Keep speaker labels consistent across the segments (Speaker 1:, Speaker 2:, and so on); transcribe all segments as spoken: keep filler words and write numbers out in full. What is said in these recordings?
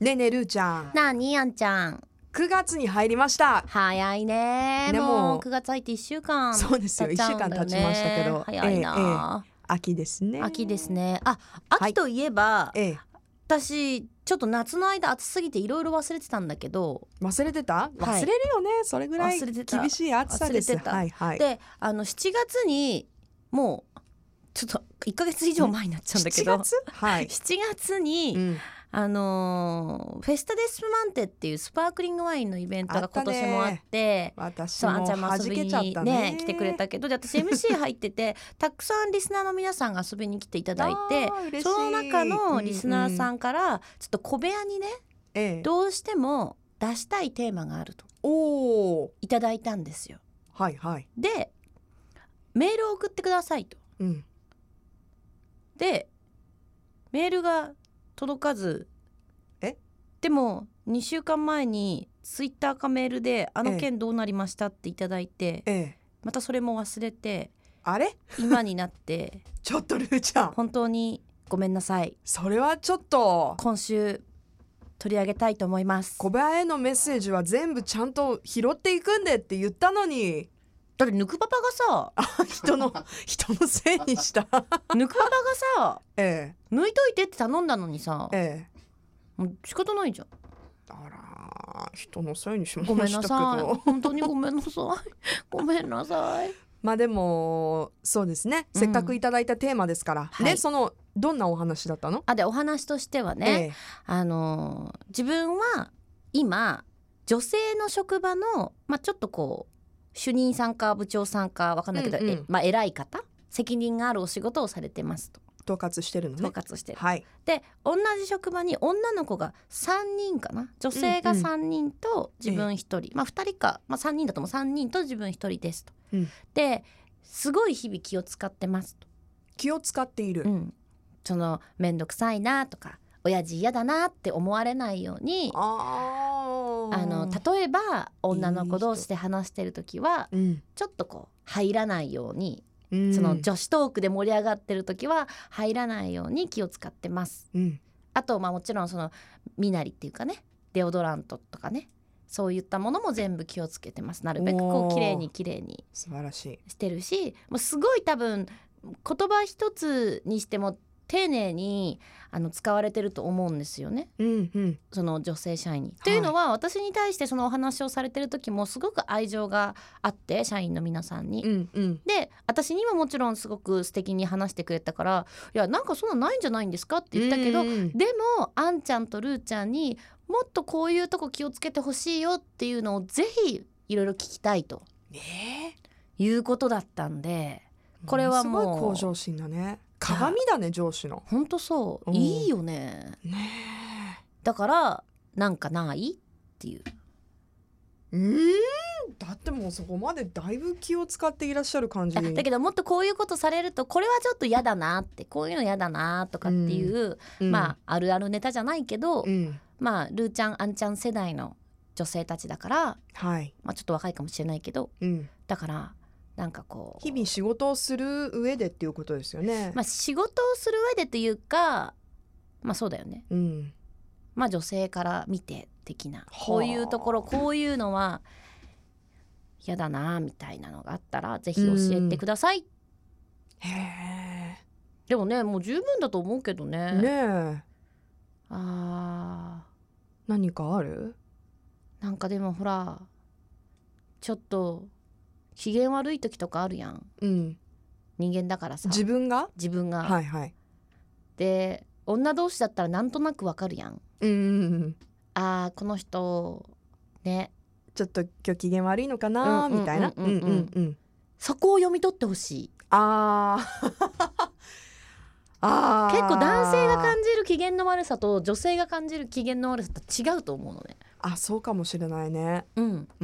Speaker 1: ねえねえるーちゃん、
Speaker 2: なあにあんちゃん、
Speaker 1: くがつに入りました。
Speaker 2: 早いね。
Speaker 1: ね
Speaker 2: もう
Speaker 1: もう
Speaker 2: くがつ入っていっしゅうかん
Speaker 1: そうですよ、
Speaker 2: 経っちゃうんだよね。
Speaker 1: いっしゅうかん経ちましたけど、
Speaker 2: 早いな、
Speaker 1: ええええ、秋ですね。
Speaker 2: 秋ですね。あ、秋といえば、
Speaker 1: ええ、
Speaker 2: 私ちょっと夏の間暑すぎていろいろ忘れてたんだけど、
Speaker 1: 忘れてた？
Speaker 2: はい
Speaker 1: 忘れるよね、それぐらい
Speaker 2: 忘れてた
Speaker 1: 厳しい暑さです。
Speaker 2: 忘れてた
Speaker 1: はいはい。
Speaker 2: で、あのしちがつにもうちょっといっかげつ以上前になっちゃうんだけど、
Speaker 1: しちがつ、はい、
Speaker 2: しちがつに、
Speaker 1: うん、
Speaker 2: あのーフェスタデスプマンテっていうスパークリングワインのイベントが今年もあって
Speaker 1: 私
Speaker 2: そうあんちゃん
Speaker 1: も弾
Speaker 2: も遊びに
Speaker 1: けちゃったね。
Speaker 2: ね来てくれたけど、で私 エムシー 入っててたくさんリスナーの皆さんが遊びに来ていただいて、
Speaker 1: あー嬉しい。
Speaker 2: その中のリスナーさ
Speaker 1: うん
Speaker 2: んからちょっと小部屋にね、
Speaker 1: ええ、
Speaker 2: どうしても出したいテーマがあると
Speaker 1: おー、
Speaker 2: いただいたんですよ。
Speaker 1: はいはい、
Speaker 2: でメールを送ってくださいと。
Speaker 1: うん、
Speaker 2: でメールが届かず、
Speaker 1: え
Speaker 2: でもにしゅうかんまえにツイッターかメールであの件どうなりましたっていただいて、
Speaker 1: ええ、
Speaker 2: またそれも忘れて
Speaker 1: あれ
Speaker 2: 今になって
Speaker 1: ちょっとルーちゃん、
Speaker 2: 本当にごめんなさい。
Speaker 1: それはちょっと
Speaker 2: 今週取り上げたいと思います。
Speaker 1: 小部屋へのメッセージは全部ちゃんと拾っていくんでって言ったのに、
Speaker 2: だってぬくパパが
Speaker 1: あ、人の人のせいにした
Speaker 2: さぬくパパがさ
Speaker 1: え
Speaker 2: 抜いといてって頼んだのにさ、
Speaker 1: えええ、
Speaker 2: もう仕方ないじゃん。
Speaker 1: あら、人のせいにしま
Speaker 2: ごめん
Speaker 1: したけ
Speaker 2: なさい、
Speaker 1: ど
Speaker 2: 本当にごめんなさいごめんなさい。
Speaker 1: まあでもそうですね、
Speaker 2: うん
Speaker 1: せっかくいただいたテーマですから、
Speaker 2: はい
Speaker 1: でそのどんなお話だったの？
Speaker 2: あでお話としてはね、
Speaker 1: え
Speaker 2: あの自分は今女性の職場の、まあ、ちょっとこう主任さんか部長さんか分かんないけど、
Speaker 1: うんうん
Speaker 2: えまあ、偉い方、責任があるお仕事をされてますと。
Speaker 1: 統括してるのね。
Speaker 2: 統括してる。
Speaker 1: はい、
Speaker 2: で同じ職場に女の子がさんにんかな、女性がさんにんと自分ひとり、まあ、ふたりか、まあ、さんにんだともさんにんと自分ひとりですと、
Speaker 1: うん、
Speaker 2: ですごい日々気を使ってますと、
Speaker 1: 気を使っている、
Speaker 2: うん、そのめんどくさいなとか親父嫌だなって思われないように、
Speaker 1: あ
Speaker 2: あの例えば女の子同士で話してる時は
Speaker 1: うん
Speaker 2: ちょっとこう入らないように、
Speaker 1: うん、
Speaker 2: その女子トークで盛り上がってる時は入らないように気を使ってます。
Speaker 1: うん、
Speaker 2: あとまあもちろんその身なりっていうかね、デオドラントとかね、そういったものも全部気をつけてます。なるべくこう綺麗に綺麗に
Speaker 1: 素晴らしい。
Speaker 2: してるし、もうすごい多分言葉一つにしても丁寧にあの使われてると思うんですよね、
Speaker 1: うんうん、
Speaker 2: その女性社員に。というのは私に対してそのお話をされてる時もすごく愛情があって、社員の皆さんに、
Speaker 1: うんうん、
Speaker 2: で私にももちろんすごく素敵に話してくれたから、いやなんかそんなないんじゃないんですかって言ったけど、
Speaker 1: うんうん、
Speaker 2: でもあんちゃんとルーちゃんにもっとこういうとこ気をつけてほしいよっていうのをぜひいろいろ聞きたいと
Speaker 1: え
Speaker 2: いうことだったんで、
Speaker 1: ー、
Speaker 2: これはもう
Speaker 1: すごい向上心だね。鏡だね、上司の。
Speaker 2: ほんとそう、
Speaker 1: うん
Speaker 2: いいよね。
Speaker 1: ね
Speaker 2: だからなんかないっていう。
Speaker 1: え、うーん、だってもうそこまでだいぶ気を使っていらっしゃる感じ。
Speaker 2: だだけどもっとこういうことされるとこれはちょっと嫌だなって、こういうの嫌だなとかっていう、
Speaker 1: うん
Speaker 2: まああるあるネタじゃないけど、
Speaker 1: うん、
Speaker 2: まあルーちゃんあんちゃん世代の女性たちだから、
Speaker 1: はい、
Speaker 2: まあ、ちょっと若いかもしれないけど、
Speaker 1: うん、
Speaker 2: だからなんかこう
Speaker 1: 日々仕事をする上でっていうことですよね。
Speaker 2: まあ仕事をする上でというか、まあそうだよね、
Speaker 1: うん、
Speaker 2: まあ女性から見て的な、
Speaker 1: はあ
Speaker 2: こういうところこういうのは嫌だなみたいなのがあったらぜひ教えてください。
Speaker 1: へ
Speaker 2: でもねもう十分だと思うけどね。
Speaker 1: え、ねえ、
Speaker 2: あ
Speaker 1: 何かある？
Speaker 2: ーなんかでもほらちょっと機嫌悪い時とかあるやん、
Speaker 1: うん、
Speaker 2: 人間だからさ、
Speaker 1: 自分が、
Speaker 2: 自分が、
Speaker 1: はいはい、
Speaker 2: で女同士だったらなんとなくわかるやん。
Speaker 1: うんうんうん、
Speaker 2: あーこの人ね、
Speaker 1: ちょっと今日機嫌悪いのかなみたいな、
Speaker 2: うんうんうんうん
Speaker 1: うんうん、
Speaker 2: そこを読み取ってほしい。
Speaker 1: あーあー
Speaker 2: 結構男性が感じる機嫌の悪さと女性が感じる機嫌の悪さと違うと思うのね。
Speaker 1: あ、そうかもしれないね。
Speaker 2: うん、
Speaker 1: うん、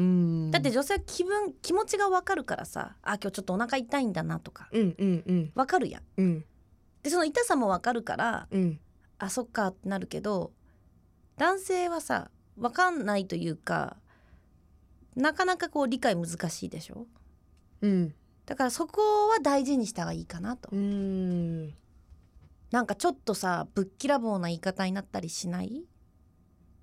Speaker 2: だって女性は気分気持ちが分かるからさ、あ今日ちょっとお腹痛いんだなとか
Speaker 1: うんうんうん
Speaker 2: 分かるやん。
Speaker 1: うん
Speaker 2: でその痛さも分かるから
Speaker 1: うん
Speaker 2: あそっかってなるけど、男性はさ分かんないというかなかなかこう理解難しいでしょ。
Speaker 1: うん
Speaker 2: だからそこは大事にした方がいいかなと。
Speaker 1: うん、
Speaker 2: なんかちょっとさぶっきらぼうな言い方になったりしない？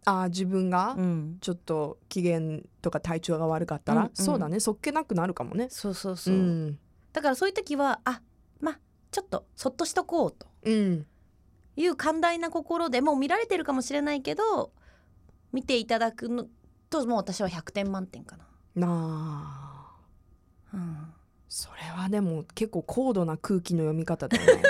Speaker 1: あ自分が
Speaker 2: うん
Speaker 1: ちょっと機嫌とか体調が悪かったら、
Speaker 2: うんうん
Speaker 1: そうだね、そっけなくなるかもね。
Speaker 2: そうそうそう、
Speaker 1: ん
Speaker 2: だからそういう時はあまあちょっとそっとしとこうと
Speaker 1: うん
Speaker 2: いう寛大な心でもう見られてるかもしれないけど見ていただくのともう私はひゃくてん満点かな。
Speaker 1: なあ
Speaker 2: うん
Speaker 1: それはでも結構高度な空気の読み方だよね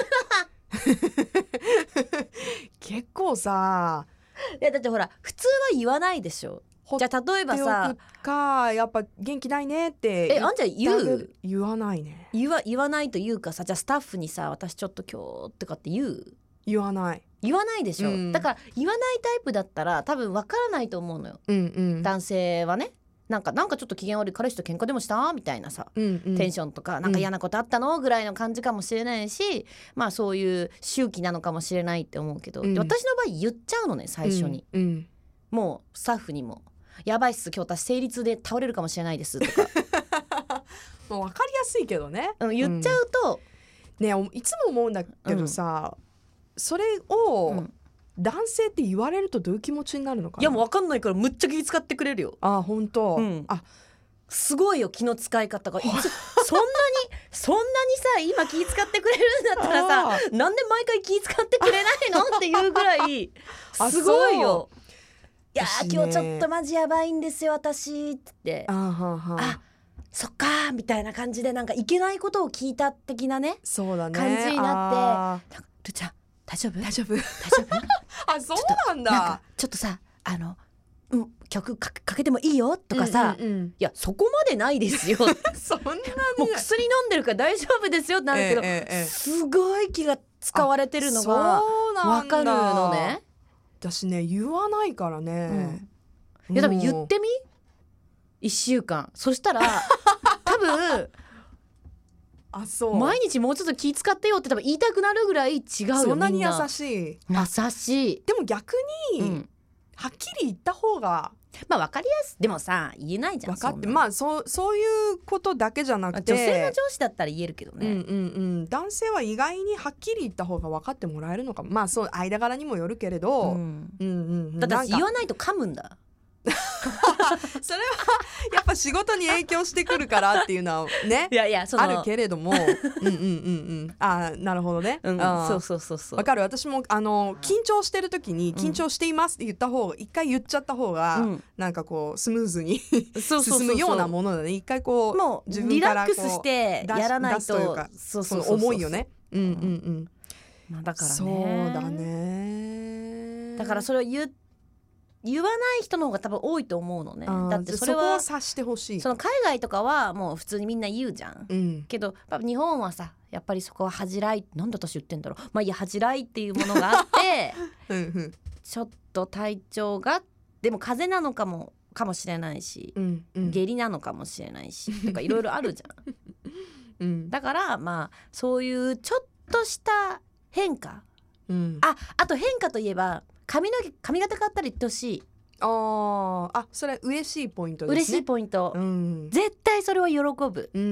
Speaker 1: 結構さ
Speaker 2: いやだってほら普通は言わないでしょ。
Speaker 1: ほっ
Speaker 2: じゃあ例えば
Speaker 1: てお
Speaker 2: さ
Speaker 1: くかやっぱ元気ないねって
Speaker 2: えあんちゃん言う
Speaker 1: 言ってあげる言わないね。
Speaker 2: 言わ言わないというかさじゃあスタッフにさ私ちょっと今日とかって言う
Speaker 1: 言わない。
Speaker 2: 言わないでしょ、
Speaker 1: うん、
Speaker 2: だから言わないタイプだったら多分わからないと思うのよ、
Speaker 1: うんうん
Speaker 2: 男性はね。なんかなんかちょっと機嫌悪い彼氏と喧嘩でもしたみたいなさ、
Speaker 1: うんうん、
Speaker 2: テンションとかなんか嫌なことあったのぐらいの感じかもしれないし、まあそういう周期なのかもしれないって思うけど、
Speaker 1: うん
Speaker 2: で私の場合言っちゃうのね最初に、
Speaker 1: うんうん
Speaker 2: もうスタッフにもやばいっす今日私生理痛で倒れるかもしれないですとか
Speaker 1: もう分かりやすいけどね、
Speaker 2: うん言っちゃうと、
Speaker 1: うん、ねいつも思うんだけどさ、うん、それを、うん男性って言われるとどういう気持ちになるのかな。
Speaker 2: いやもう分かんないからむっちゃ気遣ってくれるよ。
Speaker 1: あ本当、うん、あ
Speaker 2: すごいよ気の使い方がそんなにそんなにさ今気遣ってくれるんだったらさなんで毎回気遣ってくれないのっていうぐらいすごいよ。いやー、ね、今日ちょっとマジやばいんですよ私って
Speaker 1: あはは
Speaker 2: あそっかーみたいな感じでなんかいけないことを聞いた的なね
Speaker 1: そうだね
Speaker 2: 感じになってなんかルちゃん大丈夫
Speaker 1: 大丈夫
Speaker 2: 大丈夫
Speaker 1: あそうなんだ。
Speaker 2: なんかちょっとさあの、うん、曲 か, かけてもいいよとかさ、うんうんうん、いやそこまでないですよ
Speaker 1: そんな
Speaker 2: もう薬飲んでるから大丈夫ですよってなるけど、えええ、すごい気が使われてるのが分かるのね。
Speaker 1: 私ね言わないからね、
Speaker 2: うん、いや多分言ってみいっしゅうかんそしたら多分
Speaker 1: あそう
Speaker 2: 毎日もうちょっと気使ってよって多分言いたくなるぐらい違うよ。
Speaker 1: そんなに優
Speaker 2: みんな
Speaker 1: しい
Speaker 2: 優しい。
Speaker 1: でも逆に、うん、はっきり言った方が
Speaker 2: まあ分かりやすい。でもさ言えないじゃん。
Speaker 1: 分かってまあそうそういうことだけじゃなくて
Speaker 2: 女性の上司だったら言えるけどね、
Speaker 1: うんうんうん、男性は意外にはっきり言った方が分かってもらえるのかも。まあそう間柄にもよるけれど、うんうんうん、
Speaker 2: だって言わないと噛むんだ
Speaker 1: それはやっぱ仕事に影響してくるからっていうのはね
Speaker 2: いやいやその
Speaker 1: あるけれどもうんうんうんうんあなるほどね、
Speaker 2: うん、そうそうそうそう
Speaker 1: わかる。私もあの緊張してる時に緊張していますって言った方が一回言っちゃった方が、うん、なんかこうスムーズに進むようなものだね。一回こう
Speaker 2: もう自分からこうリラックスしてやらないと
Speaker 1: というかそうそうそうそう思いよね。うんうんうん、
Speaker 2: まあ、だからね
Speaker 1: そうだね。
Speaker 2: だからそれを言って言わない人の方が多分多いと思うのね。だってそれは
Speaker 1: そこを察してほしい。
Speaker 2: その海外とかはもう普通にみんな言うじゃん、うん、けど日本はさやっぱりそこは恥じらいなんで私言ってんだろうまあいや恥じらいっていうものがあってうん、うん、ちょっと体調がでも風邪なのかもかもしれないし、うんうん、下痢なのかもしれないしとかいろいろあるじゃん、うん、だからまあそういうちょっとした変化、うん、ああと変化といえば髪の毛髪型変わったら言ってほしい。
Speaker 1: ああそれ嬉しいポイントですね。
Speaker 2: 嬉しいポイント、うん、絶対それは喜ぶ、うん、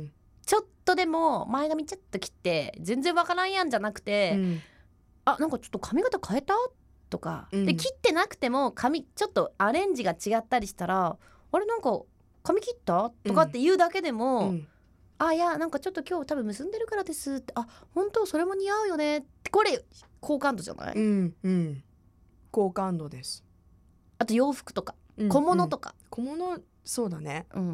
Speaker 2: ちょっとでも前髪ちょっと切って全然わからんやんじゃなくて、うん、あなんかちょっと髪型変えたとか、うん、で切ってなくても髪ちょっとアレンジが違ったりしたらあれなんか髪切ったとかって言うだけでも、うん、あいやなんかちょっと今日多分結んでるからですってあ本当それも似合うよねってこれ好感度じゃない、
Speaker 1: うんうん好感度です。
Speaker 2: あと洋服とか、うん、小物とか、
Speaker 1: うん、小物そうだね、うんうん、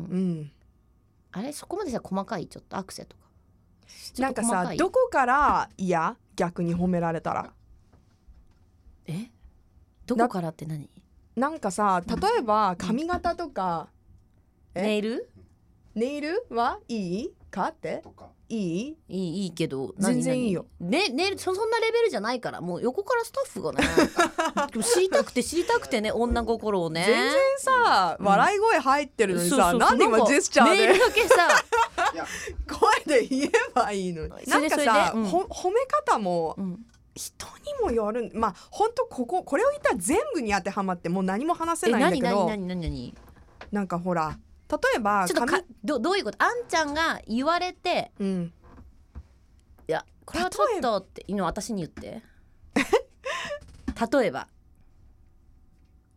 Speaker 2: あれそこまでさ細かいちょっとアクセとか
Speaker 1: なんかさどこから嫌逆に褒められたら
Speaker 2: えどこからって何
Speaker 1: な、なんかさ例えば髪型とか、
Speaker 2: うん、ネイル
Speaker 1: ネイルはいいかってとかいい
Speaker 2: いいいいけど
Speaker 1: 全然いいよ、
Speaker 2: ねね、そ, そんなレベルじゃないからもう横からスタッフがね知りたくて知りたくてね女心をね
Speaker 1: 全然さ、うん、笑い声入ってるのにさ、そうそうそうなんで今ジェスチャーで
Speaker 2: メールだけさ
Speaker 1: 声で言えばいいのになんかさ、うん、ほ褒め方も、うん人にもよるまあ本当こここれを言ったら全部に当てはまってもう何も話せないんだけど
Speaker 2: 何何何何
Speaker 1: なんかほら例えば
Speaker 2: ちょっとか ど, どういうことあんちゃんが言われて、うん、いやこれはちょっとっていうのを私に言って例えば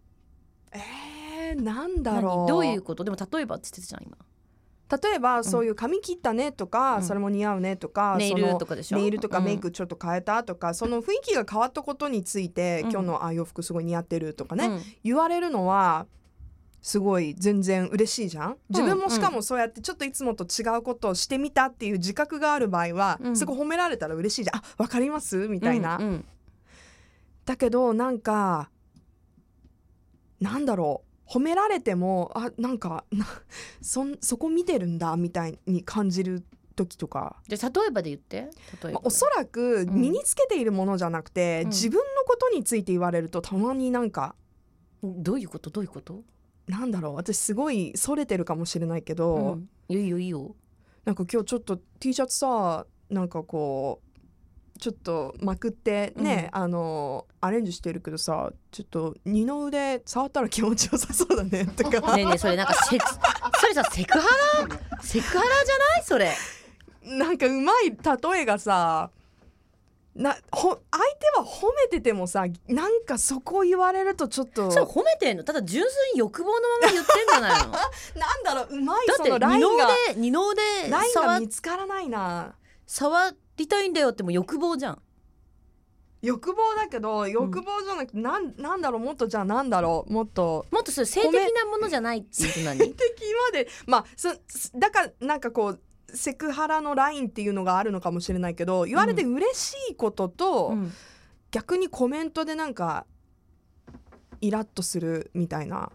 Speaker 1: ー、なんだろう
Speaker 2: どういうこと？でも例えばって言ってたじゃん今。
Speaker 1: 例えば、うん、そういう髪切ったねとか、うん、それも似合うねとか、
Speaker 2: ネイルとかでしょ、
Speaker 1: ネイルとかメイクちょっと変えたとか、うん、その雰囲気が変わったことについて、うん、今日のあ洋服すごい似合ってるとかね、うん、言われるのはすごい全然嬉しいじゃん。自分もしかもそうやってちょっといつもと違うことをしてみたっていう自覚がある場合は、うん、すごい褒められたら嬉しいじゃん。あ、わかりますみたいな、うんうん、だけどなんかなんだろう、褒められてもあなんかそ, そこ見てるんだみたいに感じる時とか。
Speaker 2: じゃあ例えばで言って例えば、
Speaker 1: まあ、おそらく身につけているものじゃなくて、うん、自分のことについて言われるとたまになんか、
Speaker 2: どういうことどういうこと
Speaker 1: なんだろう、私すごいそれてるかもしれないけど、うん、
Speaker 2: いいよいいよ。
Speaker 1: なんか今日ちょっと T シャツさなんかこうちょっとまくってね、うん、あのアレンジしてるけどさ、ちょっと二の腕触ったら気持ちよさそうだねとか
Speaker 2: ねえねえそれなんかセそれさセクハラセクハラじゃないそれ。
Speaker 1: なんかうまい例えがさなほ相手は褒めててもさ、なんかそこ言われるとちょっと
Speaker 2: そう褒めてんの、ただ純粋に欲望のまま言ってんじゃないの
Speaker 1: なんだろう、うまい
Speaker 2: そのラインが二の腕
Speaker 1: ラインが見つからないな。
Speaker 2: 触りたいんだよっても欲望じゃん。
Speaker 1: 欲望だけど欲望じゃなくて、うん、なん、なんだろう、もっとじゃあなんだろう、もっと
Speaker 2: もっとそれ性的なものじゃないっていう何
Speaker 1: 性的までまあそだからなんかこうセクハラのラインっていうのがあるのかもしれないけど、言われて嬉しいことと、うん、逆にコメントでなんかイラッとするみたいな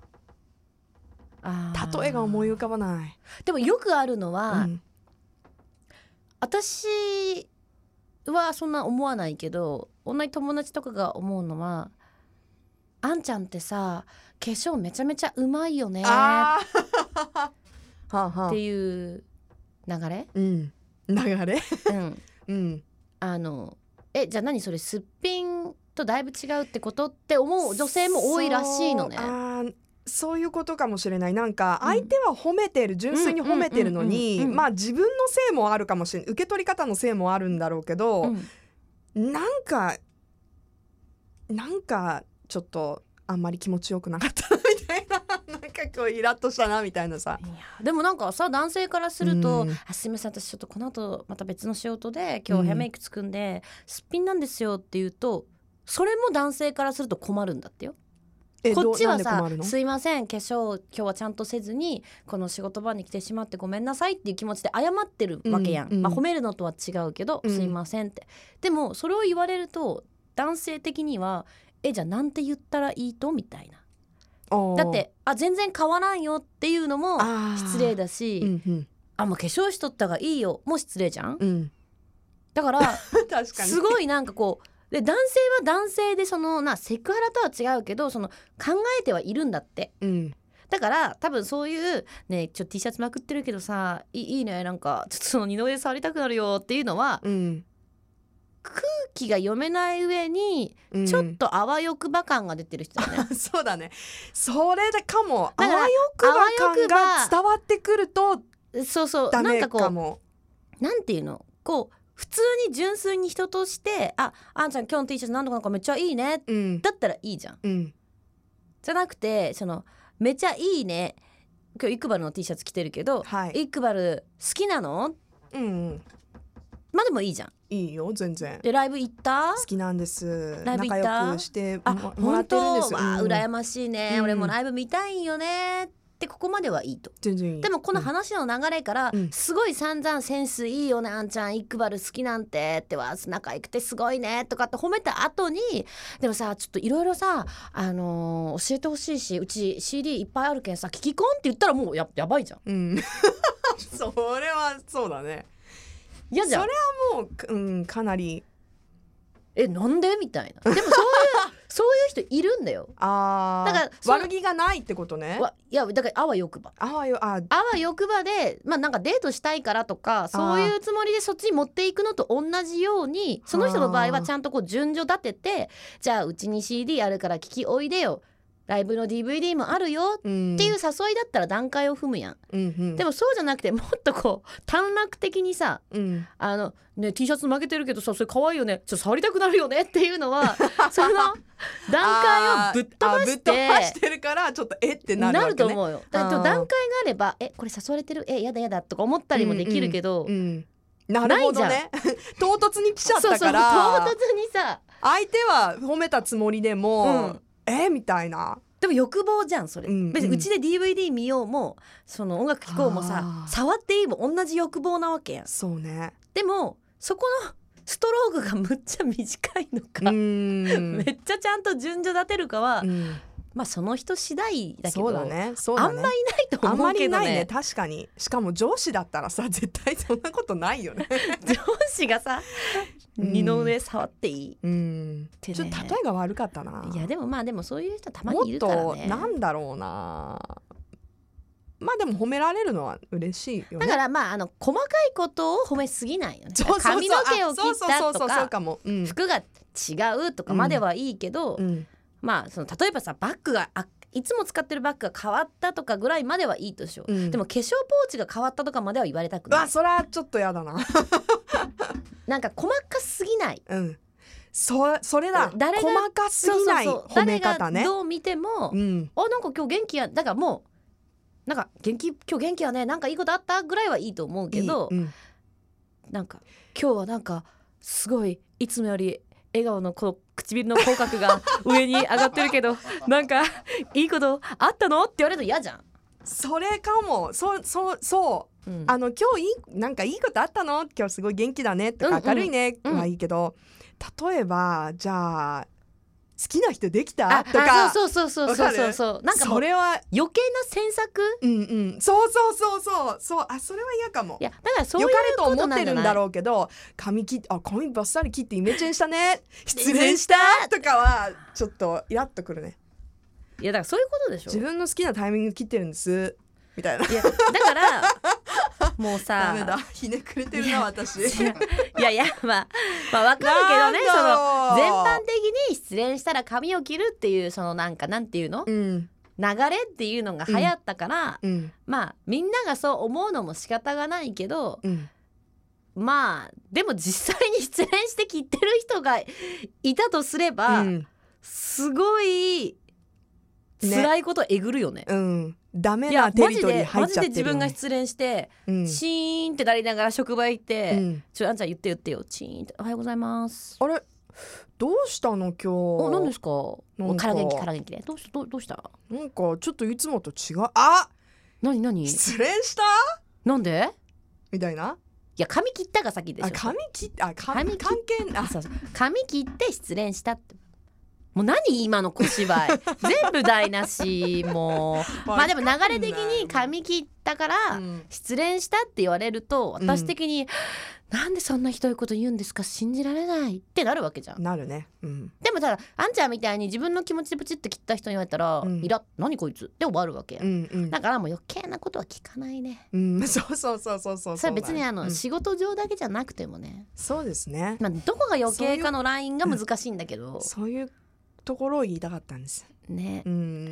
Speaker 1: 例えが思い浮かばない。
Speaker 2: でもよくあるのは、うん、私はそんな思わないけど同じ友達とかが思うのは、あんちゃんってさ化粧めちゃめちゃうまいよねっていう流れ、
Speaker 1: うん、流れ
Speaker 2: うん、うん、あのえじゃあ何それすっぴんとだいぶ違うってことって思う女性も多いらしいのね。
Speaker 1: そう、あそういうことかもしれない。なんか相手は褒めてる、うん、純粋に褒めてるのに、まあ自分のせいもあるかもしれない、受け取り方のせいもあるんだろうけど、うん、なんかなんかちょっとあんまり気持ちよくなかったみたいななんかこうイラッとしたなみたいなさ。
Speaker 2: いやでもなんかさ男性からすると、うん、あすみません私ちょっとこの後また別の仕事で今日ヘアメイクつくんで、うん、すっぴんなんですよって言うとそれも男性からすると困るんだってよ。こっちはさすいません化粧今日はちゃんとせずにこの仕事場に来てしまってごめんなさいっていう気持ちで謝ってるわけやん、うんうん、まあ、褒めるのとは違うけど、うん、すいませんって。でもそれを言われると男性的にはえじゃあなんて言ったらいいとみたいな。だってあ全然変わらんよっていうのも失礼だし、うんうん、あもう化粧しとったがいいよもう失礼じゃん、うん、だから
Speaker 1: 確かに
Speaker 2: すごいなんかこうで男性は男性でそのなセクハラとは違うけどその考えてはいるんだって、うん、だから多分そういうねちょっと T シャツまくってるけどさ い, いいねなんかちょっとその二の腕触りたくなるよっていうのは、うん、空気が読めない上にちょっとあわよくば感が出てる人だね、
Speaker 1: うん、そうだねそれでかもあわよくば感が伝わってくると
Speaker 2: そうそう
Speaker 1: ダメかも。
Speaker 2: なんていうのこう普通に純粋に人としてああんちゃん今日の T シャツ何とかなんかめっちゃいいね、うん、だったらいいじゃん、うん、じゃなくてそのめっちゃいいね今日イクバルの T シャツ着てるけど、はい、イクバル好きなの、うん、まあでもいいじゃん。
Speaker 1: いいよ全然。
Speaker 2: でライブ行った？
Speaker 1: 好きなんです。
Speaker 2: ライブ行った？
Speaker 1: 仲良くしても、もらってるんですよ。
Speaker 2: あ本当、うん、羨ましいね、うん、俺もライブ見たいよねってここまではいいと。
Speaker 1: 全然いい。
Speaker 2: でもこの話の流れから、うん、すごい散々センスいいよねあんちゃんイクバル好きなんてっては仲良くてすごいねとかって褒めた後にでもさちょっといろいろさ、あのー、教えてほしいしうち シーディー いっぱいあるけんさ聞き込んって言ったらもう や, やばいじゃん、うん、
Speaker 1: それはそうだね。
Speaker 2: 嫌じゃん。
Speaker 1: それはもう、うん、かなり
Speaker 2: えなんでみたいな。でもそういうそういう人いるんだよ。
Speaker 1: あだから悪気がないってことね。
Speaker 2: いやだからあわよくば
Speaker 1: あわよあ
Speaker 2: あわよくばでまあなんかデートしたいからとかそういうつもりでそっちに持っていくのと同じようにその人の場合はちゃんとこう順序立ててじゃあうちに シーディー あるから聞きおいでよライブの ディーブイディー もあるよっていう誘いだったら段階を踏むやん、うんうん、でもそうじゃなくてもっとこう短絡的にさ、うん、あのね T シャツ負けてるけどさそれ可愛いよねちょっと触りたくなるよねっていうのはその段階をぶっ飛ばして
Speaker 1: ぶっ飛ばしてるからちょっとえってなるわけね。
Speaker 2: なると思うよ。だ段階があればえこれ誘われてるえやだやだとか思ったりもできるけど、うんうんうん
Speaker 1: なるほどね唐突に来ちゃったから
Speaker 2: そうそう唐突にさ
Speaker 1: 相手は褒めたつもりでも、うん、えみたいな
Speaker 2: でも欲望じゃんそれ、うんうん、別にうちで ディーブイディー 見ようもその音楽聴こうもさ触っていいも同じ欲望なわけやん。
Speaker 1: そうね。
Speaker 2: でもそこのストロークがむっちゃ短いのかめっちゃちゃんと順序立てるかは、うんまあその人次第だけど
Speaker 1: そうだね、そうだね、
Speaker 2: あんまいないと思うけどね。あんまりないね
Speaker 1: 確かに。しかも上司だったらさ絶対そんなことないよね
Speaker 2: 上司がさ二の腕触っていい、うん
Speaker 1: うんね、ちょっと例えが悪かったな。
Speaker 2: いやでもまあでもそういう人たまにいるからね。
Speaker 1: もっとなんだろうなまあでも褒められるのは嬉しいよね。
Speaker 2: だからまああの細かいことを褒めすぎないよね。そうそうそう髪の毛を切ったとか服が違うとかまではいいけど、うんうんまあ、その例えばさバッグがあいつも使ってるバッグが変わったとかぐらいまではいいとしよう、うん、でも化粧ポーチが変わったとかまでは言われたくない。
Speaker 1: うわそれはちょっとやだな
Speaker 2: なんか細かすぎない、
Speaker 1: うん、そ, それだ誰が細かすぎない褒め方ね。
Speaker 2: 誰がどう見ても、うん、あなんか今日元気やだからもうなんか元気今日元気やねなんかいいことあったぐらいはいいと思うけどいい、うん、なんか今日はなんかすごいいつもより笑顔のこの唇の口角が上に上がってるけどなんかいいことあったのって言われると嫌じゃん。
Speaker 1: それかもそうそうそう、うん、あの今日いいなんかいいことあったの今日すごい元気だねとか明るいねはいいけど、うんうん、例えばじゃあ好きな人できたとか
Speaker 2: そうそうそうそうそうそうなんかもう
Speaker 1: それは
Speaker 2: 余計な詮索
Speaker 1: うんうんそうそうそうそうそうあそれは嫌かも。
Speaker 2: いやだからそういう
Speaker 1: ことなんじゃない。良かれと思ってるんだろうけど髪切あ髪バッサリ切ってイメチェンしたね失恋したとかはちょっとイラッとくるね。
Speaker 2: いやだからそういうことでしょ。
Speaker 1: 自分の好きなタイミング切ってるんですみたいな。いや
Speaker 2: だからもうさ
Speaker 1: ダメだひねくれてるな私。い
Speaker 2: やいやまあまあわかるけどねその全般的に失恋したら髪を切るっていうそのなんかなんていうの、うん、流れっていうのが流行ったから、うん、まあみんながそう思うのも仕方がないけど、うん、まあでも実際に失恋して切ってる人がいたとすれば、うん、すごい辛いことえぐるよね。
Speaker 1: うん、ダメなテリトリー入っちゃってるよね。
Speaker 2: マジで自分が失恋して、うん、チーンってなりながら職場行って、うん、ちょあんちゃん言って言ってよチーンっておはようございます
Speaker 1: あれどうしたの今日。
Speaker 2: お何ですか。から元気から元気でどうした ど, どうした
Speaker 1: なんかちょっといつもと違う。あ
Speaker 2: 何何
Speaker 1: 失恋した
Speaker 2: なんで
Speaker 1: みたいな。
Speaker 2: いや髪切ったが先でしょ。
Speaker 1: あ髪切ったあ髪関係あ
Speaker 2: そうそう髪切って失恋したってもう何今の小芝居全部台無しもうまあでも流れ的に髪切ったから失恋したって言われると私的に、うん、なんでそんなひどいこと言うんですか信じられないってなるわけじゃん。
Speaker 1: なるね、うん、
Speaker 2: でもただあんちゃんみたいに自分の気持ちでプチって切った人に言われたら、うん、イラッ何こいつって終わるわけや、うんうん、だからもう余計なことは聞かないね、
Speaker 1: うん、そうそうそうそうそう
Speaker 2: それ別にあの、うん、仕事上だけじゃなくてもね。
Speaker 1: そうですね、
Speaker 2: まあ、どこが余計かのラインが難しいんだけど
Speaker 1: そういう、うん、そういうところを言いたかったんです
Speaker 2: ね。
Speaker 1: うん、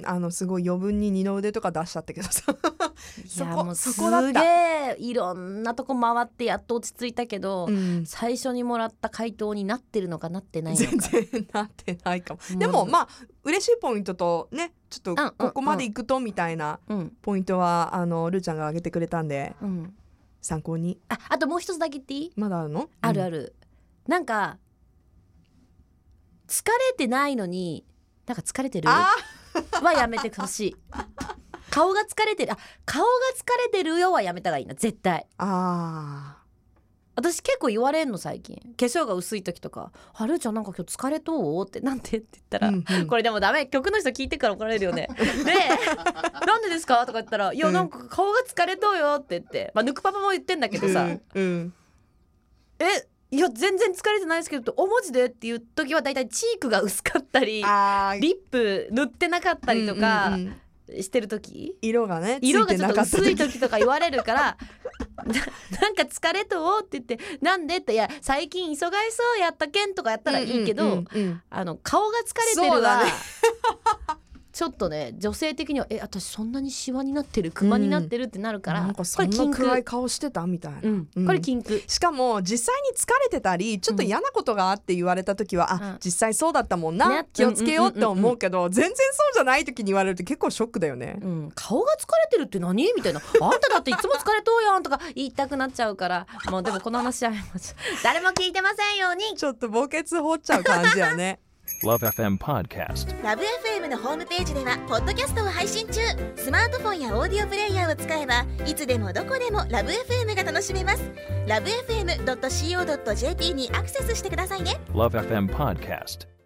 Speaker 1: あのすごい余分に二の腕とか出しちゃったけどさ
Speaker 2: いやもうすげえいろんなとこ回ってやっと落ち着いたけど、うん、最初にもらった回答になってるのかなってないのか
Speaker 1: 全然なってないかも。でもまあ嬉しいポイントとねちょっとここまでいくとみたいなポイントは、うん、あのルーちゃんが挙げてくれたんで、うん、参考に。
Speaker 2: あ, あともう一つだけ言っていい。
Speaker 1: まだあるの。
Speaker 2: あるある、うん、なんか疲れてないのになんか疲れてるはやめてほしい顔が疲れてるあ顔が疲れてるよはやめた方がいいな絶対。あ私結構言われんの最近化粧が薄い時とかあるーちゃんなんか今日疲れとうってなんでって言ったら、うんうん、これでもダメ曲の人聞いてから怒られるよねでなんでですかとか言ったらいやなんか顔が疲れとうよって言って、まあ、ぬくパパも言ってんだけどさ、うんうん、えいや全然疲れてないですけどお文字でっていう時はだいたいチークが薄かったりリップ塗ってなかったりとか、うんうんうん、してる時
Speaker 1: 色がね
Speaker 2: 色がちょっと薄い時とか言われるからな, なんか疲れとって言ってなんでっていや最近忙しそうやったけんとかやったらいいけど、うんうんうんうん、あの顔が疲れてるわ、ね、 ちょっとね女性的にはえ私そんなにシワになってるクマになってるってなるから、
Speaker 1: うん、なんかそんな暗い顔してたみたいな、
Speaker 2: うんうん、これ禁句。
Speaker 1: しかも実際に疲れてたりちょっと嫌なことがあって言われた時は、うん、あ実際そうだったもんな、ね、気をつけようって思うけど、うんうんうんうん、全然そうじゃない時に言われると結構ショックだよね、
Speaker 2: うん、顔が疲れてるって何みたいなあんただっていつも疲れとうやんとか言いたくなっちゃうからもうでもこの話は誰も聞いてませんように
Speaker 1: ちょっと墓穴掘っちゃう感じやね
Speaker 3: Love エフエム Podcast
Speaker 4: Love エフエム のホームページではポッドキャストを配信中。スマートフォンやオーディオプレイヤーを使えばいつでもどこでも Love エフエム が楽しめます。 ラブエフエムドットシーオードットジェーピー にアクセスしてくださいね。
Speaker 3: Love エフエム Podcast